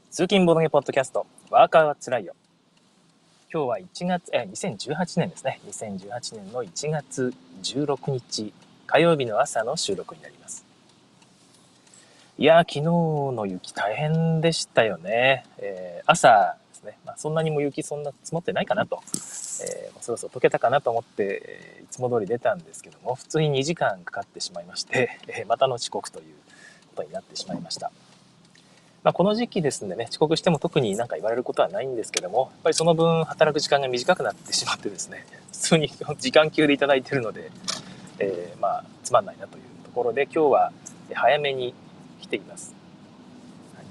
通勤ボードゲポッドキャスト、ワーカーはつらいよ。今日は2018年ですね。2018年の1月16日火曜日の朝の収録になります。いやー、昨日の雪大変でしたよね。朝ですね。そんなにも雪そんな積もってないかなと。そろそろ溶けたかなと思って、いつも通り出たんですけども、普通に2時間かかってしまいまして、またの遅刻ということになってしまいました。この時期ですね、遅刻しても特に何か言われることはないんですけども、やっぱりその分働く時間が短くなってしまってですね、普通に時間給でいただいているので、つまんないなというところで、今日は早めに来ています。はい、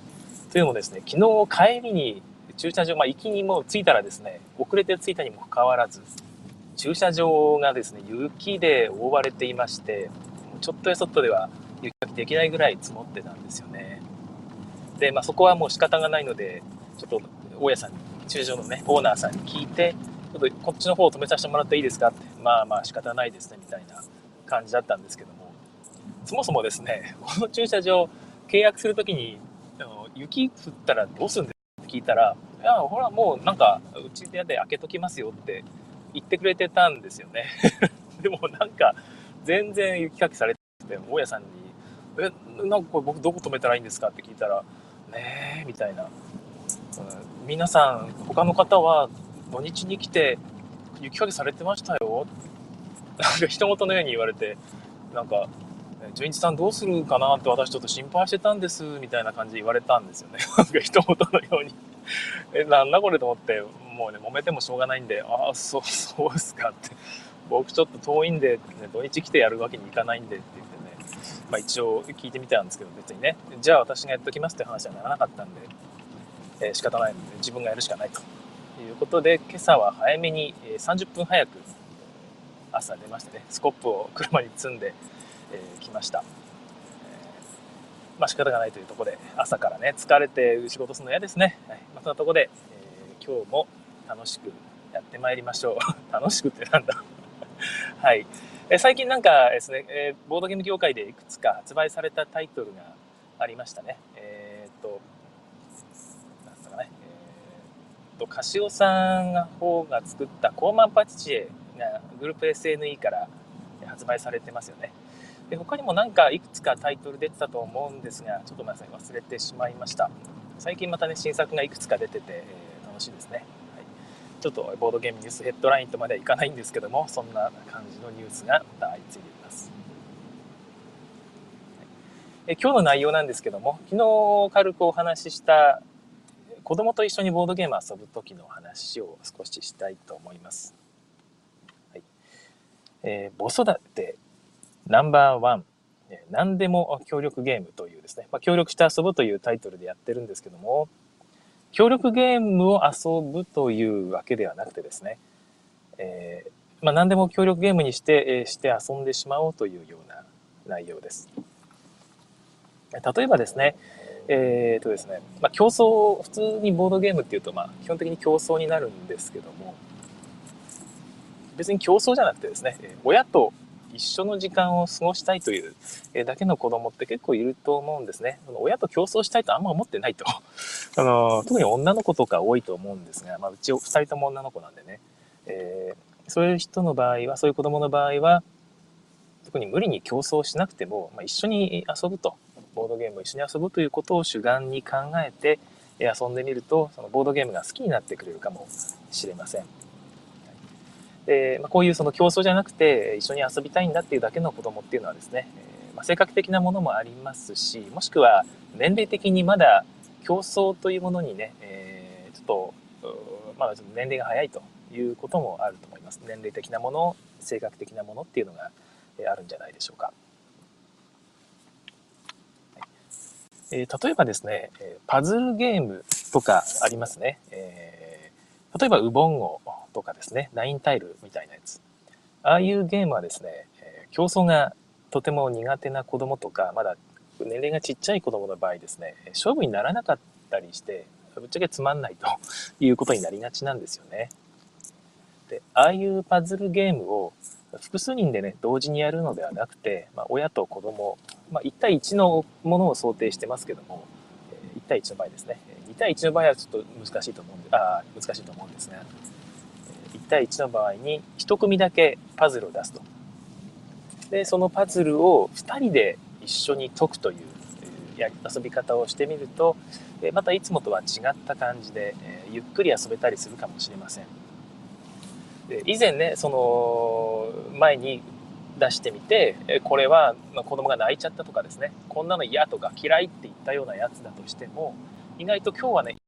というのもですね、昨日帰りに駐車場、行きにもう着いたらですね、遅れて着いたにもかかわらず、駐車場がですね、雪で覆われていまして、ちょっとやそっとでは雪かきできないぐらい積もってたんですよね。で、そこはもう仕方がないので、ちょっと大家さんに、駐車場のね、オーナーさんに聞いて、ちょっとこっちの方を止めさせてもらっていいですかって、仕方ないですねみたいな感じだったんですけども、そもそもですね、この駐車場契約するときに、雪降ったらどうするんですかって聞いたら、いや、ほらもうなんかうちで開けときますよって言ってくれてたんですよね。でもなんか全然雪かきされてて、大家さんになんかこれ僕どこ止めたらいいんですかって聞いたら、ねえみたいな、皆さん他の方は土日に来て雪かきされてましたよ、なんか人事のように言われて、なんか純一さんどうするかなって私ちょっと心配してたんですみたいな感じで言われたんですよね。なんか人事のようになんだこれと思って、もうね揉めてもしょうがないんで、そうですかって、僕ちょっと遠いんで、ね、土日来てやるわけにいかないんでって言ってね、一応聞いてみたんですけど、別にね、じゃあ私がやっときますって話はならなかったんで、仕方ないので自分がやるしかないということで、今朝は早めに、30分早く朝出ましてね、スコップを車に積んで、来ました。仕方がないというところで、朝からね疲れて仕事するの嫌ですね。はい、そんなところで、今日も楽しくやってまいりましょう。楽しくってなんだはい、最近なんかですね、ボードゲーム業界でいくつか発売されたタイトルがありましたね。なんですかね、カシオさんが方が作ったコーマンパティチエがグループ SNE から発売されてますよね。で他にもなんかいくつかタイトル出てたと思うんですが、ちょっと忘れてしまいました。最近またね新作がいくつか出てて、楽しいですね。はい、ちょっとボードゲームニュースヘッドラインとまではいかないんですけども、そんな感じのニュースが相次いでいます。今日の内容なんですけども、昨日軽くお話しした子供と一緒にボードゲーム遊ぶ時の話を少ししたいと思います。はい、子育てナンバーワン、何でも協力ゲームというですね、協力して遊ぶというタイトルでやってるんですけども、協力ゲームを遊ぶというわけではなくてですね、何でも協力ゲームにして遊んでしまおうというような内容です。例えばですね、競争、普通にボードゲームっていうと、基本的に競争になるんですけども、別に競争じゃなくてですね、親と一緒の時間を過ごしたいというだけの子供って結構いると思うんですね。親と競争したいとあんま思ってないと。特に女の子とか多いと思うんですが、うち2人とも女の子なんでね、そういう人の場合は、そういう子供の場合は、特に無理に競争しなくても、一緒に遊ぶと、ボードゲームを一緒に遊ぶということを主眼に考えて遊んでみると、そのボードゲームが好きになってくれるかもしれません。で、こういうその競争じゃなくて一緒に遊びたいんだっていうだけの子供っていうのはですね、性格的なものもありますし、もしくは年齢的にまだ競争というものにね、ちょっと、年齢が早いということもあると思います。年齢的なもの、性格的なものっていうのがあるんじゃないでしょうか。例えばですね、パズルゲームとかありますね。例えばウボンゴとかですね、ナインタイルみたいなやつ。ああいうゲームはですね、競争がとても苦手な子供とか、まだ年齢がちっちゃい子供の場合ですね、勝負にならなかったりして、ぶっちゃけつまんないということになりがちなんですよね。で、ああいうパズルゲームを複数人でね、同時にやるのではなくて、親と子供、1対1のものを想定してますけども、1対1の場合ですね、2 対1の場合はちょっと難しいと思うんですね。1対1の場合に1組だけパズルを出すと。でそのパズルを2人で一緒に解くという遊び方をしてみると、またいつもとは違った感じでゆっくり遊べたりするかもしれません。で以前ねその前に出してみて、これは子供が泣いちゃったとかですね、こんなの嫌とか嫌いって言ったようなやつだとしても、意外と今日はね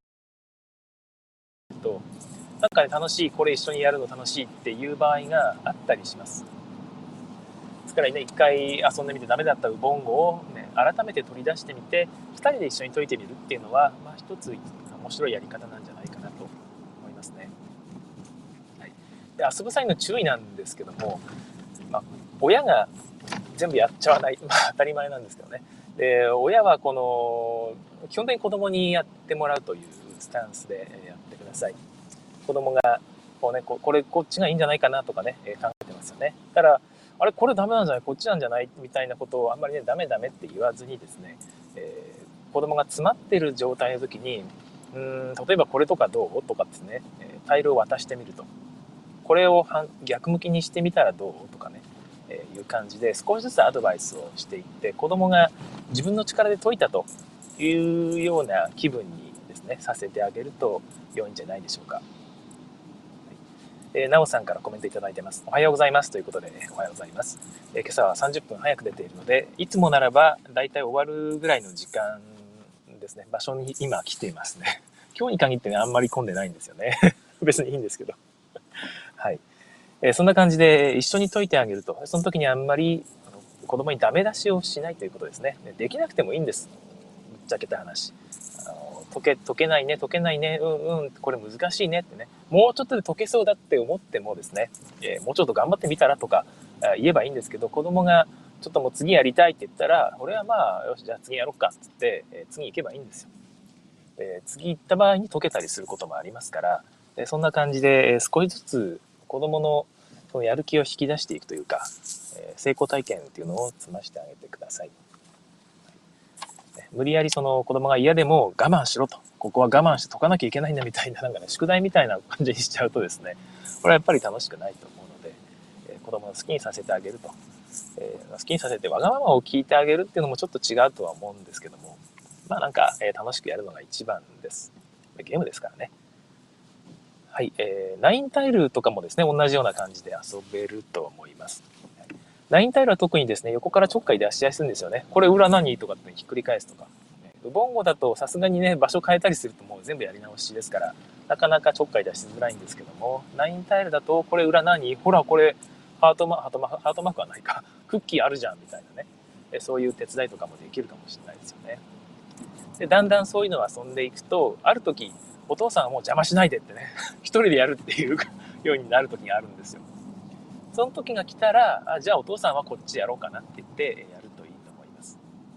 なんかね楽しい、これ一緒にやるの楽しいっていう場合があったりします。ですからね、一回遊んでみてダメだったウボンゴを、ね、改めて取り出してみて2人で一緒に解いてみるっていうのは、一つ面白いやり方なんじゃないかなと思いますね。はい、で遊ぶ際の注意なんですけども、親が全部やっちゃわない、当たり前なんですけどね。で親はこの基本的に子供にやってもらうというスタンスでやってください。子供がこう、ね、こっちがいいんじゃないかなとかね、考えてますよね。だからあれこれダメなんじゃない、こっちなんじゃないみたいなことをあんまりねダメダメって言わずにですね、子供が詰まってる状態の時に例えばこれとかどうとかですね、タイルを渡してみると、これを逆向きにしてみたらどうとかね、いう感じで少しずつアドバイスをしていって、子供が自分の力で解いたというような気分にですねさせてあげると良いんじゃないでしょうか。なおさんからコメントいただいてます。おはようございますということで、おはようございます。今朝は30分早く出ているので、いつもならばだいたい終わるぐらいの時間ですね、場所に今来ていますね。今日に限ってねあんまり混んでないんですよね。別にいいんですけど、はい。そんな感じで一緒に解いてあげると、その時にあんまり子供にダメ出しをしないということですね。できなくてもいいんです。ぶっちゃけた話。解けないね、これ難しいねってね、もうちょっとで解けそうだって思ってもですね、もうちょっと頑張ってみたらとか言えばいいんですけど、子供がちょっともう次やりたいって言ったら、俺はよしじゃあ次やろうかっつって、次行けばいいんですよ。次行った場合に解けたりすることもありますから、そんな感じで少しずつ子供のそのやる気を引き出していくというか、成功体験っていうのを積ましてあげてください。無理やりその子供が嫌でも我慢しろと、ここは我慢して解かなきゃいけないんだみたいな、なんかね、宿題みたいな感じにしちゃうとですね、これはやっぱり楽しくないと思うので、子供を好きにさせてあげると、好きにさせてわがままを聞いてあげるっていうのもちょっと違うとは思うんですけども、なんか、楽しくやるのが一番です。ゲームですからね。はい、ナインタイルとかもですね、同じような感じで遊べると思います。ナインタイルは特にですね、横からちょっかい出しやすいんですよね。これ裏何とかってひっくり返すとか。ウボンゴだとさすがにね、場所変えたりするともう全部やり直しですから、なかなかちょっかい出しづらいんですけども、ナインタイルだと、これ裏何、ほらこれハートマークはないか、クッキーあるじゃんみたいなね、そういう手伝いとかもできるかもしれないですよね。でだんだんそういうのを遊んでいくと、ある時お父さんはもう邪魔しないでってね、一人でやるっていうようになる時があるんですよ。その時が来たら、じゃあお父さんはこっちやろうかなって言ってやるといいと思います。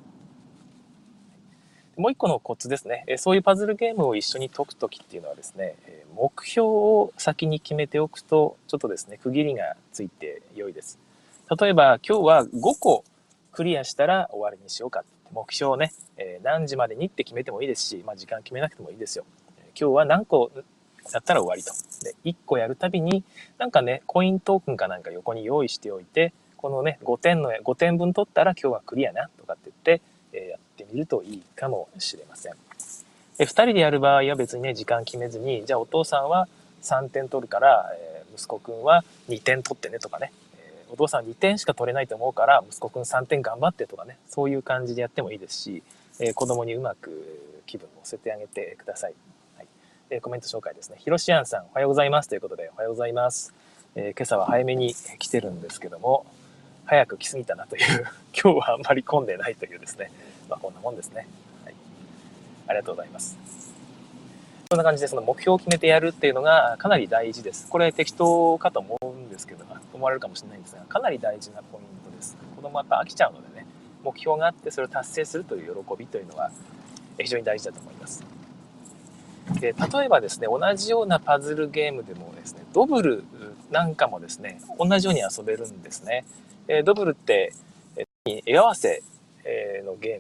もう一個のコツですね。そういうパズルゲームを一緒に解く時っていうのはですね、目標を先に決めておくと、ちょっとですね、区切りがついて良いです。例えば今日は5個クリアしたら終わりにしようかって目標をね、何時までにって決めてもいいですし、時間決めなくてもいいですよ。今日は何個やったら終わりと。で、1個やるたびに、なんかね、コイントークンかなんか横に用意しておいて、このね、5点分取ったら今日はクリアなとかって言って、やってみるといいかもしれません。2人でやる場合は別にね、時間決めずに、じゃあお父さんは3点取るから、息子くんは2点取ってねとかね、お父さん2点しか取れないと思うから息子くん3点頑張ってとかね、そういう感じでやってもいいですし、子供にうまく気分を乗せてあげてください。コメント紹介ですね。ひろしあんさん、おはようございますということで、おはようございます。今朝は早めに来てるんですけども、早く来すぎたなという、今日はあんまり混んでないというですね、こんなもんですね。はい、ありがとうございます。そんな感じで、その目標を決めてやるっていうのがかなり大事です。これ適当かと思うんですけど、思われるかもしれないんですが、かなり大事なポイントです。子供はやっぱ飽きちゃうのでね、目標があってそれを達成するという喜びというのは非常に大事だと思います。で例えばですね、同じようなパズルゲームでもですね、ドブルなんかもですね、同じように遊べるんですね。ドブルって絵合わせのゲーム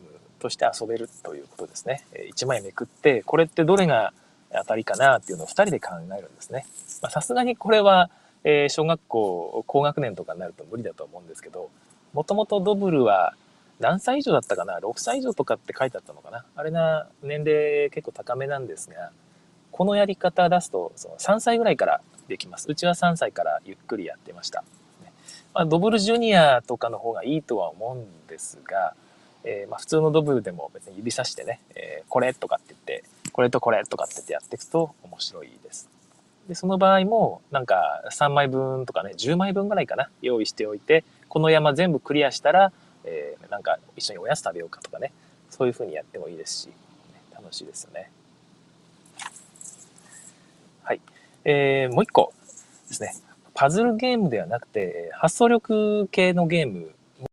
として遊べるということですね。1枚めくって、これってどれが当たりかなっていうのを2人で考えるんですね。さすがにこれは、小学校高学年とかになると無理だと思うんですけど、もともとドブルは何歳以上だったかな、6歳以上とかって書いてあったのかな、あれな年齢結構高めなんですが、このやり方出すとその3歳ぐらいからできます。うちは3歳からゆっくりやってました。ドブルジュニアとかの方がいいとは思うんですが、普通のドブルでも別に指さしてね、これとかって言って、これとこれとかって言ってやっていくと面白いです。で、その場合も、なんか3枚分とかね、10枚分ぐらいかな、用意しておいて、この山全部クリアしたら、なんか一緒におやつ食べようかとかね、そういう風にやってもいいですし、楽しいですよね。はい。もう一個ですね。パズルゲームではなくて、発想力系のゲーム、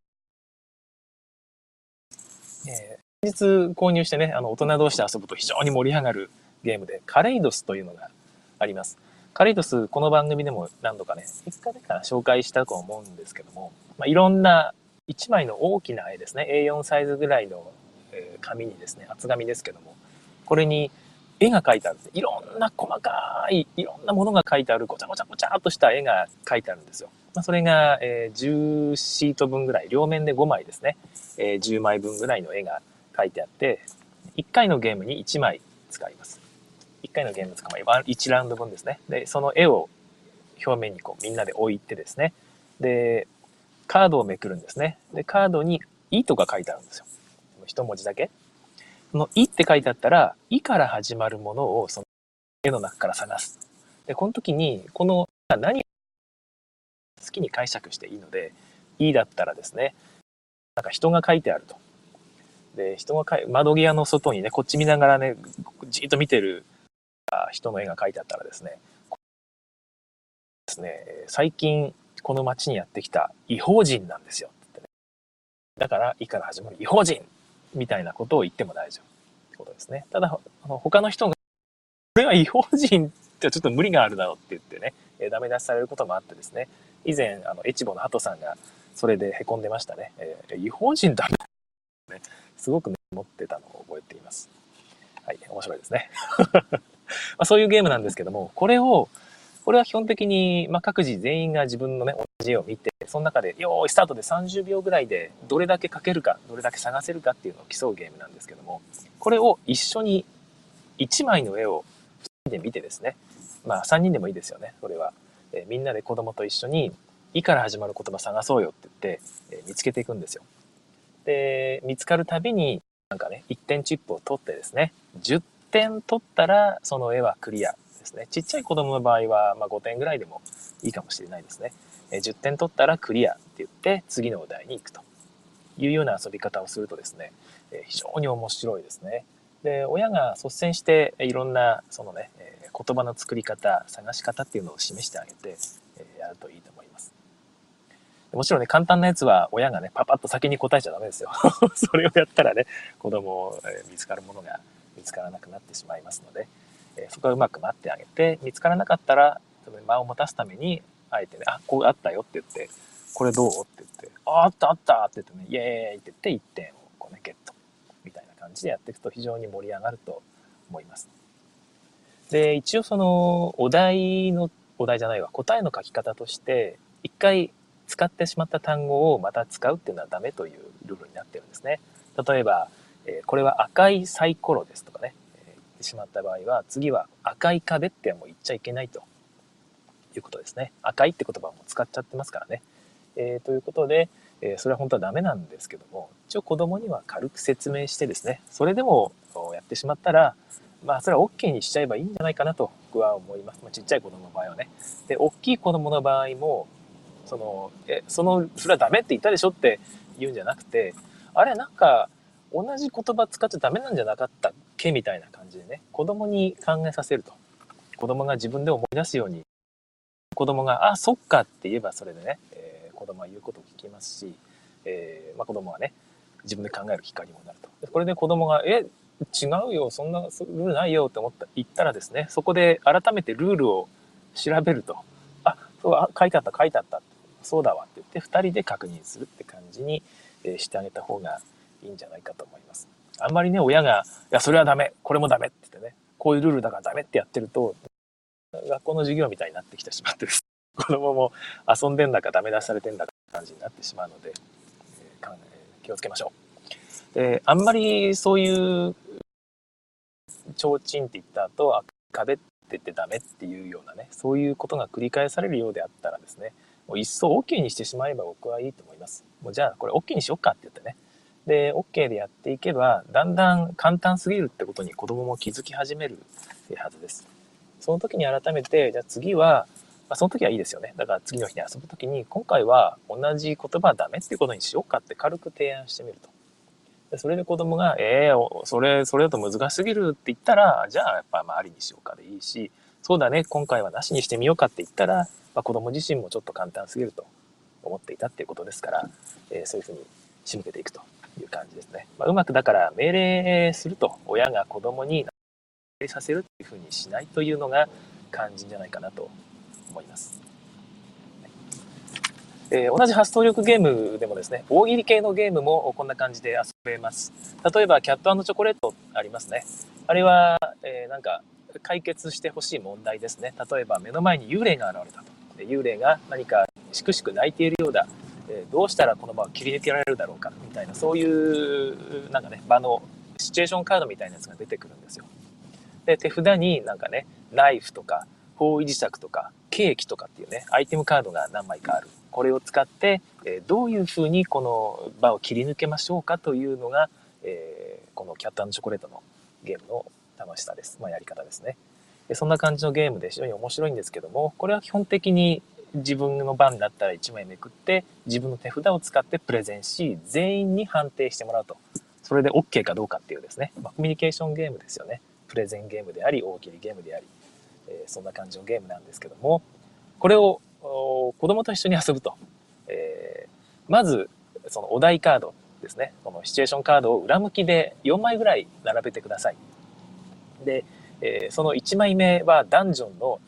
先日購入してね、大人同士で遊ぶと非常に盛り上がるゲームで、カレイドスというのがあります。カレイドス、この番組でも何度かね、1回目から紹介したと思うんですけども、いろんな1枚の大きな絵ですね、A4 サイズぐらいの紙にですね、厚紙ですけども、これに絵が描いてあるんで、いろんな細かい、いろんなものが描いてある、ごちゃごちゃごちゃっとした絵が描いてあるんですよ。それが、10シート分ぐらい、両面で5枚ですね、10枚分ぐらいの絵が書いてあって、1回のゲームに1枚使います。1回のゲーム使えば1ラウンド分ですね。で、その絵を表面にこうみんなで置いてですね。で、カードをめくるんですね。で、カードに「い」とか書いてあるんですよ。一文字だけ。その「い」って書いてあったら、「い」から始まるものをその絵の中から探す。で、この時に、この何好きに解釈していいので、「い」だったらですね、なんか人が書いてあると。で、人が窓際の外にね、こっち見ながらね、じーっと見てる人の絵が描いてあったらですね、最近この町にやってきた異邦人なんですよってね。だから、いから始まる異邦人みたいなことを言っても大丈夫ってことですね。ただ、他の人が、これは異邦人ってちょっと無理があるだろうって言ってね、ダメ出しされることもあってですね、以前、エチボのハトさんがそれで凹んでましたね。異邦人だね。すごくね、持ってたのを覚えています。はい、面白いですね。そういうゲームなんですけども、これは基本的に、各自全員が自分のね、同じ絵を見て、その中で、よーい、スタートで30秒ぐらいで、どれだけ描けるか、どれだけ探せるかっていうのを競うゲームなんですけども、これを一緒に1枚の絵を2人で見てですね、3人でもいいですよね、それは。みんなで子供と一緒に、いから始まる言葉探そうよって言って、見つけていくんですよ。で、見つかるたびに、なんかね、1点チップを取ってですね、10点取ったら、その絵はクリアですね。ちっちゃい子供の場合は、5点ぐらいでもいいかもしれないですね。10点取ったらクリアって言って、次のお題に行くというような遊び方をするとですね、非常に面白いですね。で、親が率先していろんな、そのね、言葉の作り方、探し方っていうのを示してあげて、やるといいと思います。もちろんね、簡単なやつは親がね、パパッと先に答えちゃダメですよ。それをやったらね、子供見つかるものが見つからなくなってしまいますので、そこはうまく待ってあげて、見つからなかったら、間を持たすために、あえてね、こうあったよって言って、これどうって言って、あったあったって言ってね、イエーイって言って1点をこうね、ゲット。みたいな感じでやっていくと非常に盛り上がると思います。で、一応その、お題じゃないわ、答えの書き方として、一回使ってしまった単語をまた使うっていうのはダメというルールになってるんですね。例えば、これは赤いサイコロですとかね、言ってしまった場合は、次は赤い壁ってはもう言っちゃいけないということですね。赤いって言葉も使っちゃってますからね。ということで、それは本当はダメなんですけども、一応子供には軽く説明してですね、それでもやってしまったら、それは OK にしちゃえばいいんじゃないかなと僕は思います。ちっちゃい子供の場合はね。で、大きい子供の場合も、それはダメって言ったでしょって言うんじゃなくて、あれ、なんか、同じ言葉使っちゃダメなんじゃなかったっけみたいな感じでね、子供に考えさせると。子供が自分で思い出すように、子供が、あ、そっかって言えばそれでね、子供は言うことを聞きますし、子供はね、自分で考える機会にもなると。これで子供が、違うよ、そんなルールないよって言ったらですね、そこで改めてルールを調べると、書いてあった、書いてあった、そうだわって言って、2人で確認するって感じにしてあげた方がいいんじゃないかと思います。 あんまりね、親が、いや、それはダメ、これもダメって言ってね、こういうルールだからダメってやってると、学校の授業みたいになってきてしまってです、子供も遊んでんだかダメ出しされてんだか感じになってしまうので、気をつけましょう。で、あんまりそういう提灯って言った後、壁って言ってダメっていうようなね、そういうことが繰り返されるようであったらですね、もう一層 OK にしてしまえば僕はいいと思います。もうじゃあこれ OK にしよっかって言ってね。で、OK でやっていけば、だんだん簡単すぎるってことに子供も気づき始めるはずです。その時に改めて、じゃあ次は、その時はいいですよね。だから次の日に遊ぶ時に、今回は同じ言葉はダメっていうことにしようかって軽く提案してみると。でそれで子供が、それだと難しすぎるって言ったら、じゃあやっぱありにしようかでいいし、そうだね、今回はなしにしてみようかって言ったら、子供自身もちょっと簡単すぎると思っていたっていうことですから、そういうふうに仕向けていくという感じですね。うまくだから命令すると、親が子供にさせるっていうふうにしないというのが肝心じゃないかなと思います。同じ発想力ゲームでもですね、大喜利系のゲームもこんな感じで遊べます。例えば、キャット&チョコレートありますね。あれは、なんか、解決してほしい問題ですね。例えば、目の前に幽霊が現れたと。で幽霊が何かしくしく泣いているようだ。どうしたらこの場を切り抜けられるだろうか、みたいな、そういう、なんかね、場のシチュエーションカードみたいなやつが出てくるんですよ。で、手札になんかね、ナイフとか、方位磁石とか、ケーキとかっていうね、アイテムカードが何枚かある。これを使って、どういうふうにこの場を切り抜けましょうかというのが、このキャット&チョコレートのゲームの楽しさです。やり方ですね。そんな感じのゲームで非常に面白いんですけども、これは基本的に自分の番になったら1枚めくって、自分の手札を使ってプレゼンし、全員に判定してもらうと。それで OK かどうかっていうですね、コミュニケーションゲームですよね。プレゼンゲームであり、大喜利ゲームであり、そんな感じのゲームなんですけども、これを子供と一緒に遊ぶと、まずそのお題カードですね、このシチュエーションカードを裏向きで4枚ぐらい並べてください。で、その1枚目はダンジョンの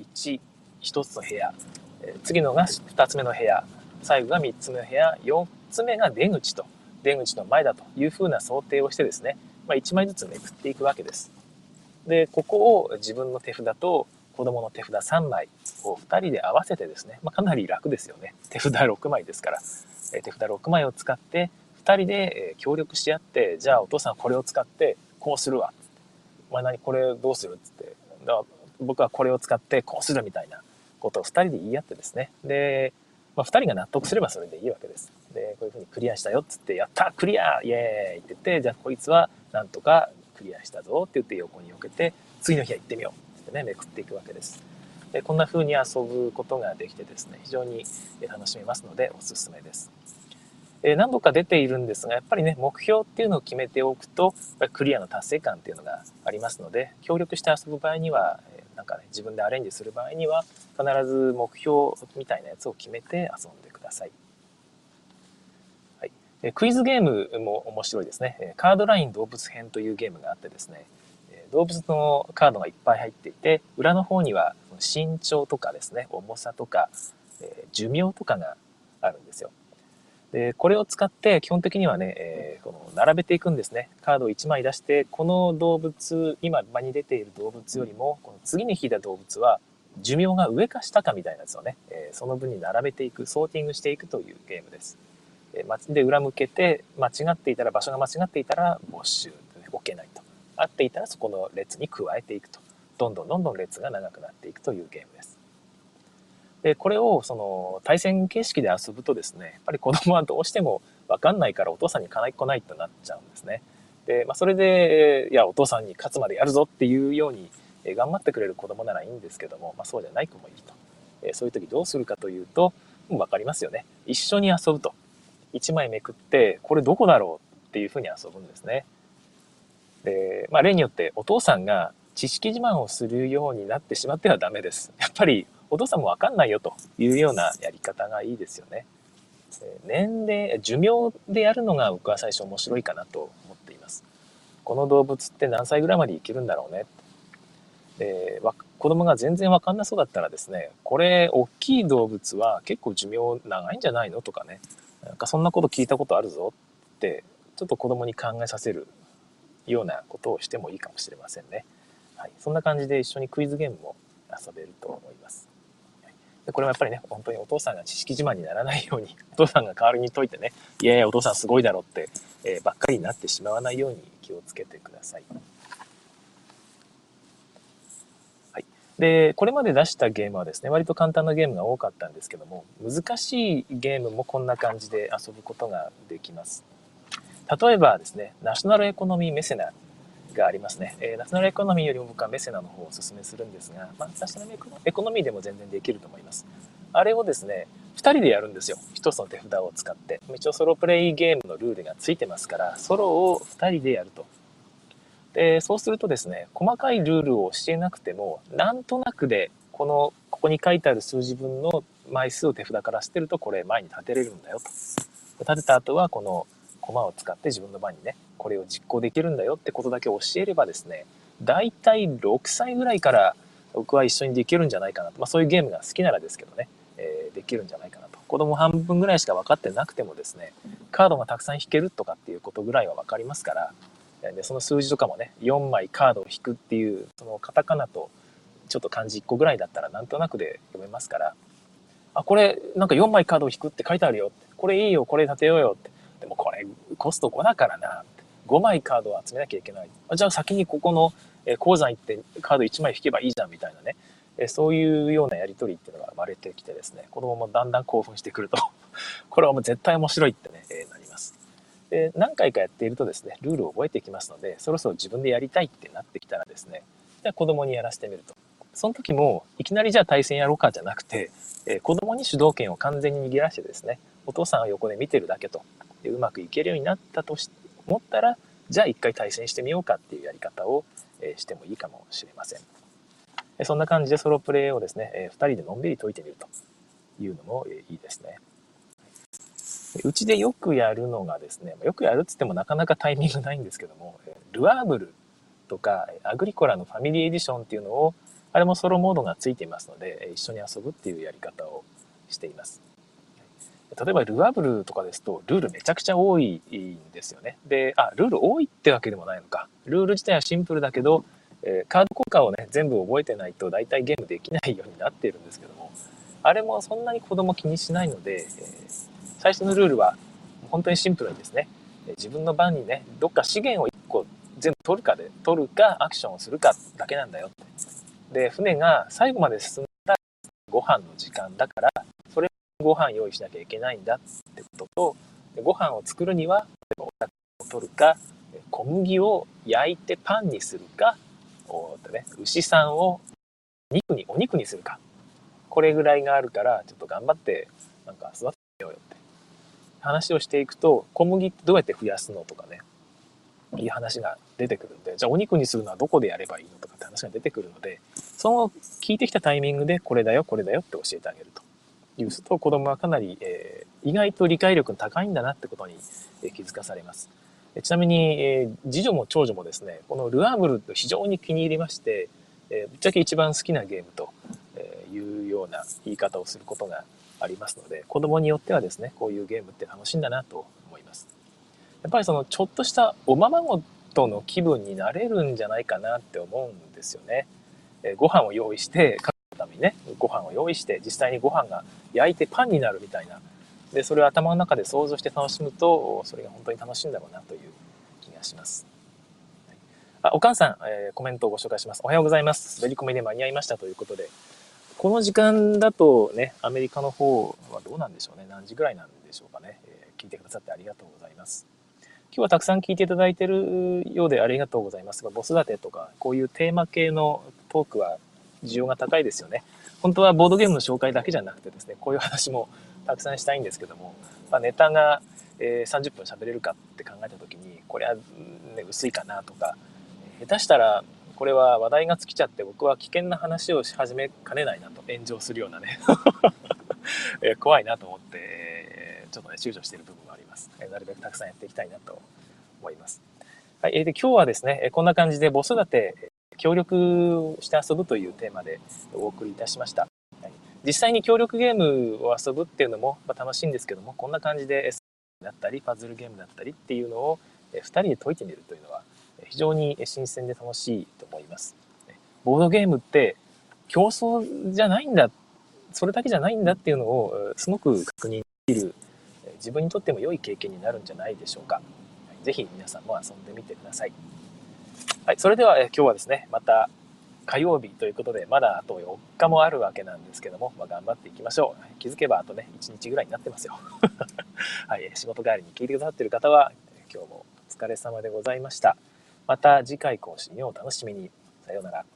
1つの部屋、次のが2つ目の部屋、最後が3つ目の部屋、4つ目が出口と、出口の前だというふうな想定をしてですね、1枚ずつめくっていくわけです。で、ここを自分の手札と子供の手札3枚を2人で合わせてですね、かなり楽ですよね。手札6枚ですから、手札6枚を使って2人で協力し合って、じゃあお父さんこれを使ってこうするわ。これどうするっつって、僕はこれを使ってこうするみたいなことを2人で言い合ってですね。で、2人が納得すればそれでいいわけです。で、こういうふうにクリアしたよっつって、やったクリアイエーイって言って、じゃあこいつはなんとかクリアしたぞって言って横に避けて、次の日は行ってみようってね、めくっていくわけです。で、こんな風に遊ぶことができてですね、非常に楽しめますのでおすすめです。何度か出ているんですが、やっぱりね、目標っていうのを決めておくと、クリアの達成感っていうのがありますので、協力して遊ぶ場合には、なんかね、自分でアレンジする場合には、必ず目標みたいなやつを決めて遊んでください。はい、クイズゲームも面白いですね。カードライン動物編というゲームがあってですね、動物のカードがいっぱい入っていて、裏の方には身長とかですね、重さとか、寿命とかがあるんですよ。で、これを使って基本的にはね、この並べていくんですね。カードを1枚出して、この動物、今場に出ている動物よりも、この次に引いた動物は寿命が上か下かみたいなやつをね、その分に並べていく、ソーティングしていくというゲームです。で、裏向けて、間違っていたら、場所が間違っていたら、没収、置けないと。合っていたら、そこの列に加えていくと。どんどんどんどん列が長くなっていくというゲームです。で、これをその対戦形式で遊ぶとですね、やっぱり子供はどうしても分かんないからお父さんにかないっこないとなっちゃうんですね。で、それで、いや、お父さんに勝つまでやるぞっていうように頑張ってくれる子供ならいいんですけども、そうじゃない子もいると。そういう時どうするかというと、もう分かりますよね。一緒に遊ぶと。1枚めくって、これどこだろうっていうふうに遊ぶんですね。で、例によってお父さんが知識自慢をするようになってしまってはダメです。やっぱりお父さんもわかんないよというようなやり方がいいですよね。年齢、寿命でやるのが僕は最初面白いかなと思っています。この動物って何歳ぐらいまで生きるんだろうね。で、子供が全然わかんなそうだったらですね、これ大きい動物は結構寿命長いんじゃないのとかね、なんかそんなこと聞いたことあるぞってちょっと子供に考えさせるようなことをしてもいいかもしれませんね。はい、そんな感じで一緒にクイズゲームも遊べると思います。でこれはやっぱりね、本当にお父さんが知識自慢にならないように、お父さんが代わりに解いてね、いやいやお父さんすごいだろって、ばっかりになってしまわないように気をつけてください。はい、でこれまで出したゲームはですね、割と簡単なゲームが多かったんですけども、難しいゲームもこんな感じで遊ぶことができます。例えばですね、ナショナルエコノミーメセナがありますね。ナショナルエコノミーよりも僕はメセナの方をおすすめするんですが、ナショナルエコノミーでも全然できると思います。あれをですね、2人でやるんですよ。1つの手札を使って。一応ソロプレイゲームのルールがついてますから、ソロを2人でやると。で、そうするとですね、細かいルールを教えなくても、なんとなくで、ここに書いてある数字分の枚数を手札から捨てると、これ前に立てれるんだよと。立てた後は、この駒を使って自分の番にね、これを実行できるんだよってことだけ教えればですね、だいたい6歳ぐらいから僕は一緒にできるんじゃないかなと。そういうゲームが好きならですけどね、できるんじゃないかなと。子供半分ぐらいしか分かってなくてもですね、カードがたくさん引けるとかっていうことぐらいは分かりますから、でその数字とかもね、4枚カードを引くっていう、そのカタカナとちょっと漢字1個ぐらいだったらなんとなくで読めますから、これなんか4枚カードを引くって書いてあるよって、これいいよ、これ立てようよって、でもこれコスト5だからなって、5枚カードを集めなきゃいけない。じゃあ先にここの鉱山行ってカード1枚引けばいいじゃんみたいなね、そういうようなやり取りっていうのが生まれてきてですね、子供もだんだん興奮してくるとこれはもう絶対面白いってね、なります。で何回かやっているとですね、ルールを覚えてきますので、そろそろ自分でやりたいってなってきたらですね、じゃあ子供にやらせてみると。その時もいきなりじゃあ対戦やろうかじゃなくて、子供に主導権を完全に握らせてですね、お父さんは横で見てるだけと、でうまくいけるようになったと思ったら、じゃあ一回対戦してみようかっていうやり方をしてもいいかもしれません。そんな感じでソロプレイをですね、2人でのんびり解いてみるというのもいいですね。うちでよくやるのがですね、よくやるっつってもなかなかタイミングないんですけども、ルアーブルとかアグリコラのファミリーエディションっていうのを、あれもソロモードがついていますので、一緒に遊ぶっていうやり方をしています。例えばルアーブルとかですとルールめちゃくちゃ多いんですよね。で、ルール多いってわけでもないのか。ルール自体はシンプルだけど、カード効果をね全部覚えてないと大体ゲームできないようになっているんですけども、あれもそんなに子供気にしないので、最初のルールは本当にシンプルにですね、自分の番にねどっか資源を1個全部取るかアクションをするかだけなんだよって。で船が最後まで進んだらご飯の時間だから、それご飯用意しなきゃいけないんだってことと、ご飯を作るにはお魚を取るか、小麦を焼いてパンにするか、牛さんをお肉にするか、これぐらいがあるからちょっと頑張ってなんか育てようよって話をしていくと、小麦ってどうやって増やすのとかね、いう話が出てくるんで、じゃあお肉にするのはどこでやればいいのとかって話が出てくるので、その聞いてきたタイミングでこれだよこれだよって教えてあげるというと、子供はかなり、意外と理解力の高いんだなってことに、気づかされます。ちなみに、次女も長女もですね、このルアーブルと非常に気に入りまして、ぶっちゃけ一番好きなゲームというような言い方をすることがありますので、子供によってはですね、こういうゲームって楽しいんだなと思います。やっぱりそのちょっとしたおままごとの気分になれるんじゃないかなって思うんですよね。ご飯を用意して、家族のためにね、ご飯を用意して、実際にご飯が焼いてパンになるみたいな。で、それを頭の中で想像して楽しむと、それが本当に楽しいんだろうなという気がします。お母さん、コメントをご紹介します。おはようございます。滑り込みで間に合いましたということで、この時間だとね、アメリカの方はどうなんでしょうね。何時ぐらいなんでしょうかね。聞いてくださってありがとうございます。今日はたくさん聞いていただいているようでありがとうございますが、子育てとかこういうテーマ系のトークは需要が高いですよね。本当はボードゲームの紹介だけじゃなくてですね、こういう話もたくさんしたいんですけども、ネタが30分喋れるかって考えた時に、これは、ね、薄いかなとか、下手したらこれは話題が尽きちゃって僕は危険な話をし始めかねないなと、炎上するようなね怖いなと思ってちょっとね躊躇している部分があります。なるべくたくさんやっていきたいなと思います。はい、で今日はですねこんな感じで子育て協力して遊ぶというテーマでお送りいたしました。はい、実際に協力ゲームを遊ぶっていうのも楽しいんですけども、こんな感じでだったりパズルゲームだったりっていうのを2人で解いてみるというのは非常に新鮮で楽しいと思います。ボードゲームって競争じゃないんだ、それだけじゃないんだっていうのをすごく確認できる、自分にとっても良い経験になるんじゃないでしょうか。ぜひ皆さんも遊んでみてください。はい、それでは今日はですね、また火曜日ということで、まだあと4日もあるわけなんですけども、頑張っていきましょう。気づけばあとね、1日ぐらいになってますよ。はい、仕事帰りに聞いてくださっている方は、今日もお疲れ様でございました。また次回更新をお楽しみに。さようなら。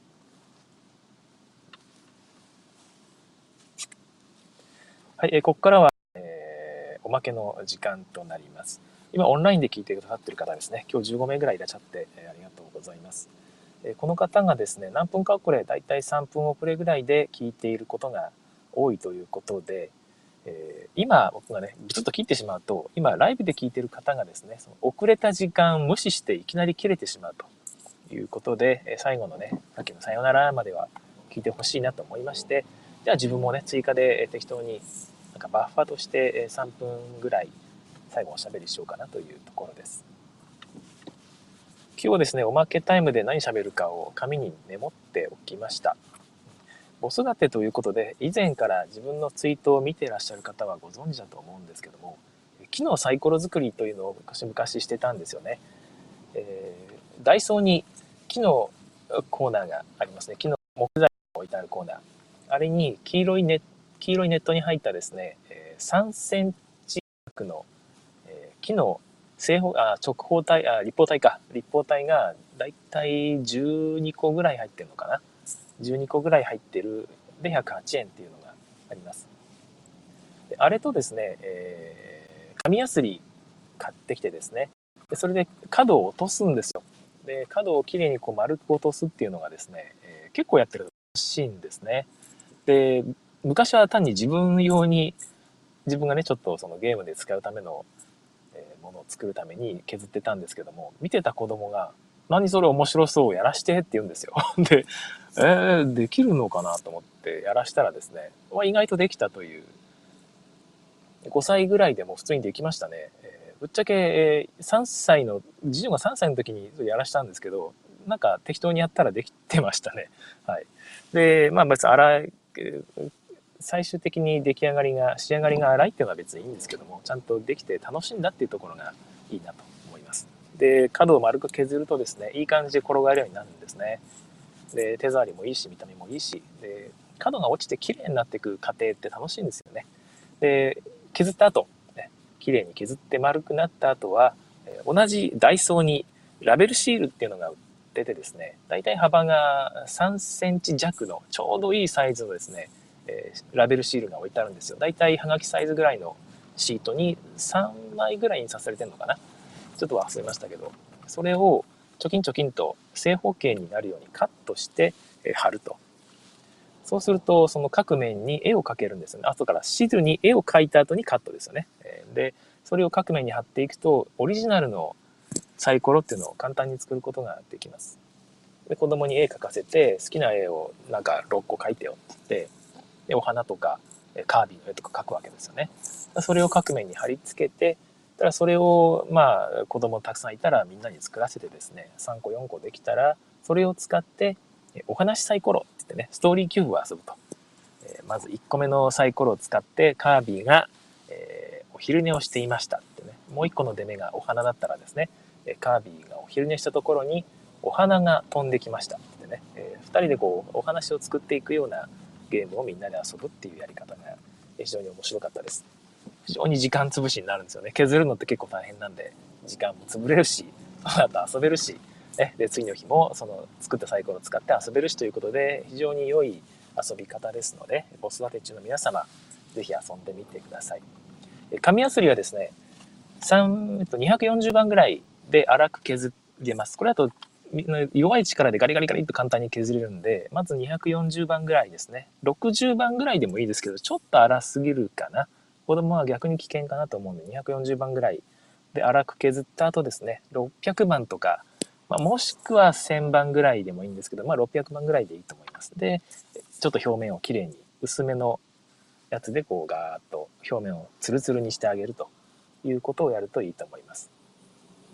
はい、ここからは、おまけの時間となります。今オンラインで聞いてくださっている方ですね、今日15名ぐらいいらっしゃって、ありがとうございます。この方がですね、何分か遅れ、だいたい3分遅れぐらいで聞いていることが多いということで、今僕がね、ちょっと切ってしまうと、今ライブで聞いている方がですね、その遅れた時間を無視していきなり切れてしまうということで、最後のね、さっきのさよならまでは聞いてほしいなと思いまして、じゃあ自分もね、追加で適当になんかバッファとして3分ぐらい最後おしゃべりしようかなというところです。今日はですね、おまけタイムで何喋るかを紙にメモっておきました。子育てということで、以前から自分のツイートを見ていらっしゃる方はご存知だと思うんですけども、木のサイコロ作りというのを昔してたんですよね。ダイソーに木のコーナーがありますね。木の木材を置いてあるコーナー。あれに黄色いネットに入ったですね、3センチ角の、木の直方体、立方体か。立方体がだいたい12個ぐらい入ってるのかな。12個ぐらい入ってるで108円っていうのがあります。であれとですね、紙やすり買ってきてですね、でそれで角を落とすんですよ。で角をきれいにこう丸く落とすっていうのがですね、結構やってると楽しいんですね。で昔は単に自分がねちょっとそのゲームで使うためのものを作るために削ってたんですけども、見てた子供が何それ面白そうやらしてって言うんですよ。で、できるのかなと思ってやらしたらですね、意外とできたという、5歳ぐらいでも普通にできましたね。ぶっちゃけ、3歳の、次女が3歳の時にやらしたんですけど、なんか適当にやったらできてましたね。はい。で、別に最終的に仕上がりが荒いっていうのは別にいいんですけども、ちゃんとできて楽しんだっていうところがいいなと思います。で、角を丸く削るとですね、いい感じで転がるようになるんですね。で、手触りもいいし、見た目もいいし、で、角が落ちて綺麗になっていく過程って楽しいんですよね。で、削った後、ね、綺麗に削って丸くなった後は、同じダイソーにラベルシールっていうのが売っててですね、だいたい幅が3センチ弱のちょうどいいサイズのですね、ラベルシールが置いてあるんですよ。だいたいはがきサイズぐらいのシートに3枚ぐらい印刷されてるのかな。ちょっと忘れましたけど、それをチョキンチョキンと正方形になるようにカットして貼ると。そうすると、その各面に絵を描けるんですよね。後から地図に絵を描いた後にカットですよね。で、それを各面に貼っていくと、オリジナルのサイコロっていうのを簡単に作ることができます。で、子供に絵描かせて、好きな絵をなんか6個描いてよって言って、で、お花とかカービィの絵とか描くわけですよね。それを各面に貼り付けて、ただそれを子供たくさんいたらみんなに作らせてですね、3個4個できたら、それを使ってお話サイコロって言ってね、ストーリーキューブを遊ぶと。まず1個目のサイコロを使ってカービィが、お昼寝をしていましたってね、もう1個の出目がお花だったらですね、カービィがお昼寝したところにお花が飛んできましたってね、2人でこうお話を作っていくようなゲームをみんなで遊ぶっていうやり方が非常に面白かったです。非常に時間潰しになるんですよね。削るのって結構大変なんで、時間も潰れるし、その後遊べるし、ね、で次の日もその作ったサイコロを使って遊べるしということで、非常に良い遊び方ですので、子育て中の皆様、ぜひ遊んでみてください。紙やすりはですね、240番ぐらいで粗く削れます。これだと弱い力でガリガリガリっと簡単に削れるんで、まず240番ぐらいですね。60番ぐらいでもいいですけど、ちょっと粗すぎるかな。子供は逆に危険かなと思うんで、240番ぐらいで粗く削った後ですね、600番とか、もしくは1000番ぐらいでもいいんですけど、600番ぐらいでいいと思います。で、ちょっと表面をきれいに薄めのやつでこうガーッと表面をツルツルにしてあげるということをやるといいと思います。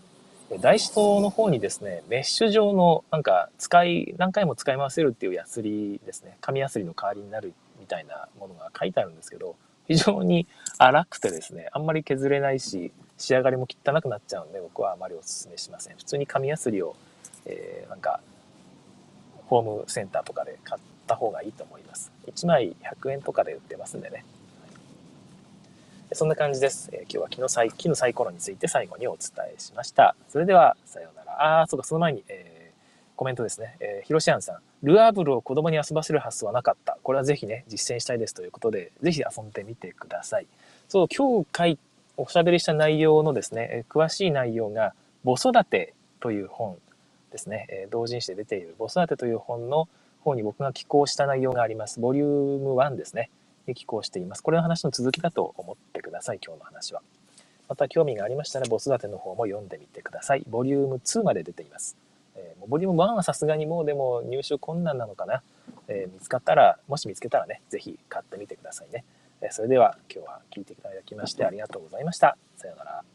ダイソーの方にですね、メッシュ状のなんか何回も使い回せるっていうヤスリですね、紙ヤスリの代わりになるみたいなものが書いてあるんですけど、非常に荒くてですね、あんまり削れないし、仕上がりも汚くなっちゃうので、僕はあまりお勧めしません。普通に紙ヤスリを、なんか、ホームセンターとかで買った方がいいと思います。1枚100円とかで売ってますんでね。そんな感じです。今日は木のサイコロについて最後にお伝えしました。それでは、さようなら。そうか、その前に、コメントですね。ひろしあんさん。ルアーブルを子供に遊ばせる発想はなかった。これはぜひね、実践したいですということで、ぜひ遊んでみてください。そう、今日おしゃべりした内容のですね、詳しい内容が、母育てという本ですね、同人誌で出ている母育てという本の方に僕が寄稿した内容があります。ボリューム1ですね。に寄稿しています。これの話の続きだと思ってください、今日の話は。また興味がありましたら、母育ての方も読んでみてください。ボリューム2まで出ています。ボリューム1はさすがにもうでも入手困難なのかな。もし見つけたらね、ぜひ買ってみてくださいね。それでは今日は聞いていただきましてありがとうございました。さようなら。